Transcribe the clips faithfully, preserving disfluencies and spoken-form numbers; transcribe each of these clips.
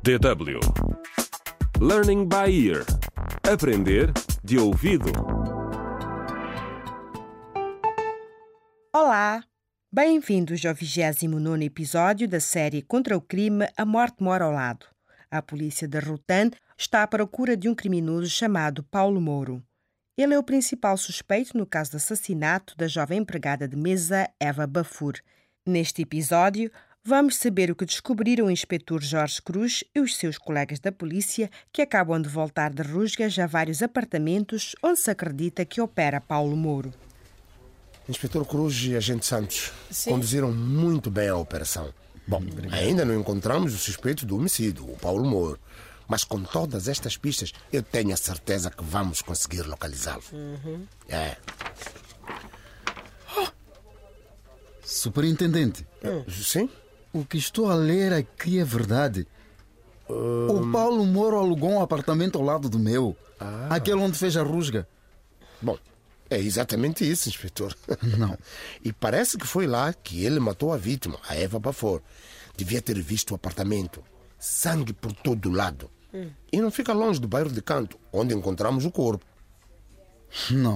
D W Learning by Ear. Aprender de ouvido. Olá! Bem-vindos ao vigésimo nono episódio da série Contra o Crime, a Morte Mora ao Lado. A polícia de Rotan está à procura de um criminoso chamado Paulo Mouro. Ele é o principal suspeito no caso de assassinato da jovem empregada de mesa Eva Bafur. Neste episódio, vamos saber o que descobriram o inspetor Jorge Cruz e os seus colegas da polícia que acabam de voltar de rusgas a vários apartamentos onde se acredita que opera Paulo Mouro. Inspetor Cruz e Agente Santos Sim. conduziram muito bem a operação. Bom, ainda não encontramos o suspeito do homicídio, o Paulo Mouro. Mas com todas estas pistas, eu tenho a certeza que vamos conseguir localizá-lo. Uhum. É. Superintendente, Hum. Sim? o que estou a ler aqui é verdade. O Paulo Mouro alugou um apartamento ao lado do meu. Ah. Aquele onde fez a rusga. Bom, é exatamente isso, inspetor. Não. E parece que foi lá que ele matou a vítima, a Eva Bafur. Devia ter visto o apartamento. Sangue por todo lado. Hum. E não fica longe do bairro de Canto, onde encontramos o corpo. Não.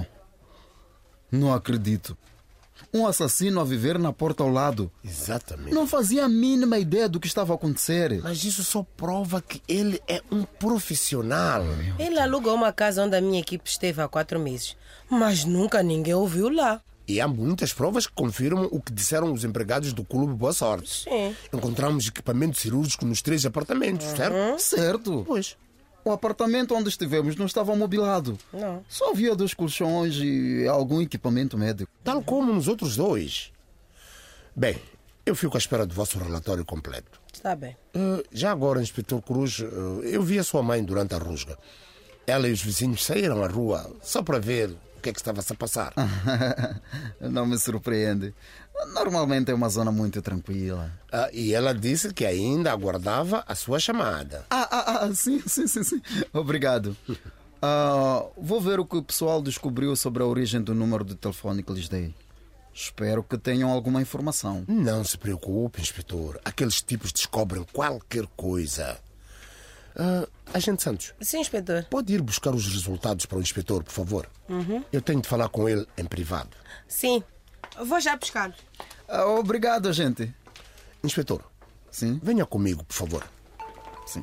Não acredito. Um assassino a viver na porta ao lado. Exatamente. Não fazia a mínima ideia do que estava a acontecer. Mas isso só prova que ele é um profissional. Ele alugou uma casa onde a minha equipe esteve há quatro meses, mas nunca ninguém ouviu lá. E há muitas provas que confirmam o que disseram os empregados do Clube Boa Sorte. Sim. Encontramos equipamento cirúrgico nos três apartamentos, certo? Certo. Pois. O apartamento onde estivemos não estava mobilado. Não. Só havia dois colchões e algum equipamento médico. Tal como nos outros dois. Bem, eu fico à espera do vosso relatório completo. Está bem. Uh, já agora, inspetor Cruz, uh, eu vi a sua mãe durante a rusga. Ela e os vizinhos saíram à rua só para ver o que é que estava-se a passar. Não me surpreende. Normalmente é uma zona muito tranquila. Uh, e ela disse que ainda aguardava a sua chamada. Ah, ah, ah sim, sim, sim, sim. Obrigado. Ah, vou ver o que o pessoal descobriu sobre a origem do número de telefone que lhes dei. Espero que tenham alguma informação. Não se preocupe, inspetor. Aqueles tipos descobrem qualquer coisa. Uh, Agente Santos, Sim, inspetor. pode ir buscar os resultados para o inspetor, por favor? Uhum. Eu tenho de falar com ele em privado. Sim. Vou já buscar. Ah, obrigado, gente. Inspetor, Sim, venha comigo, por favor. sim.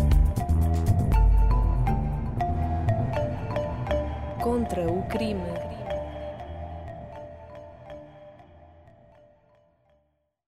Contra o crime.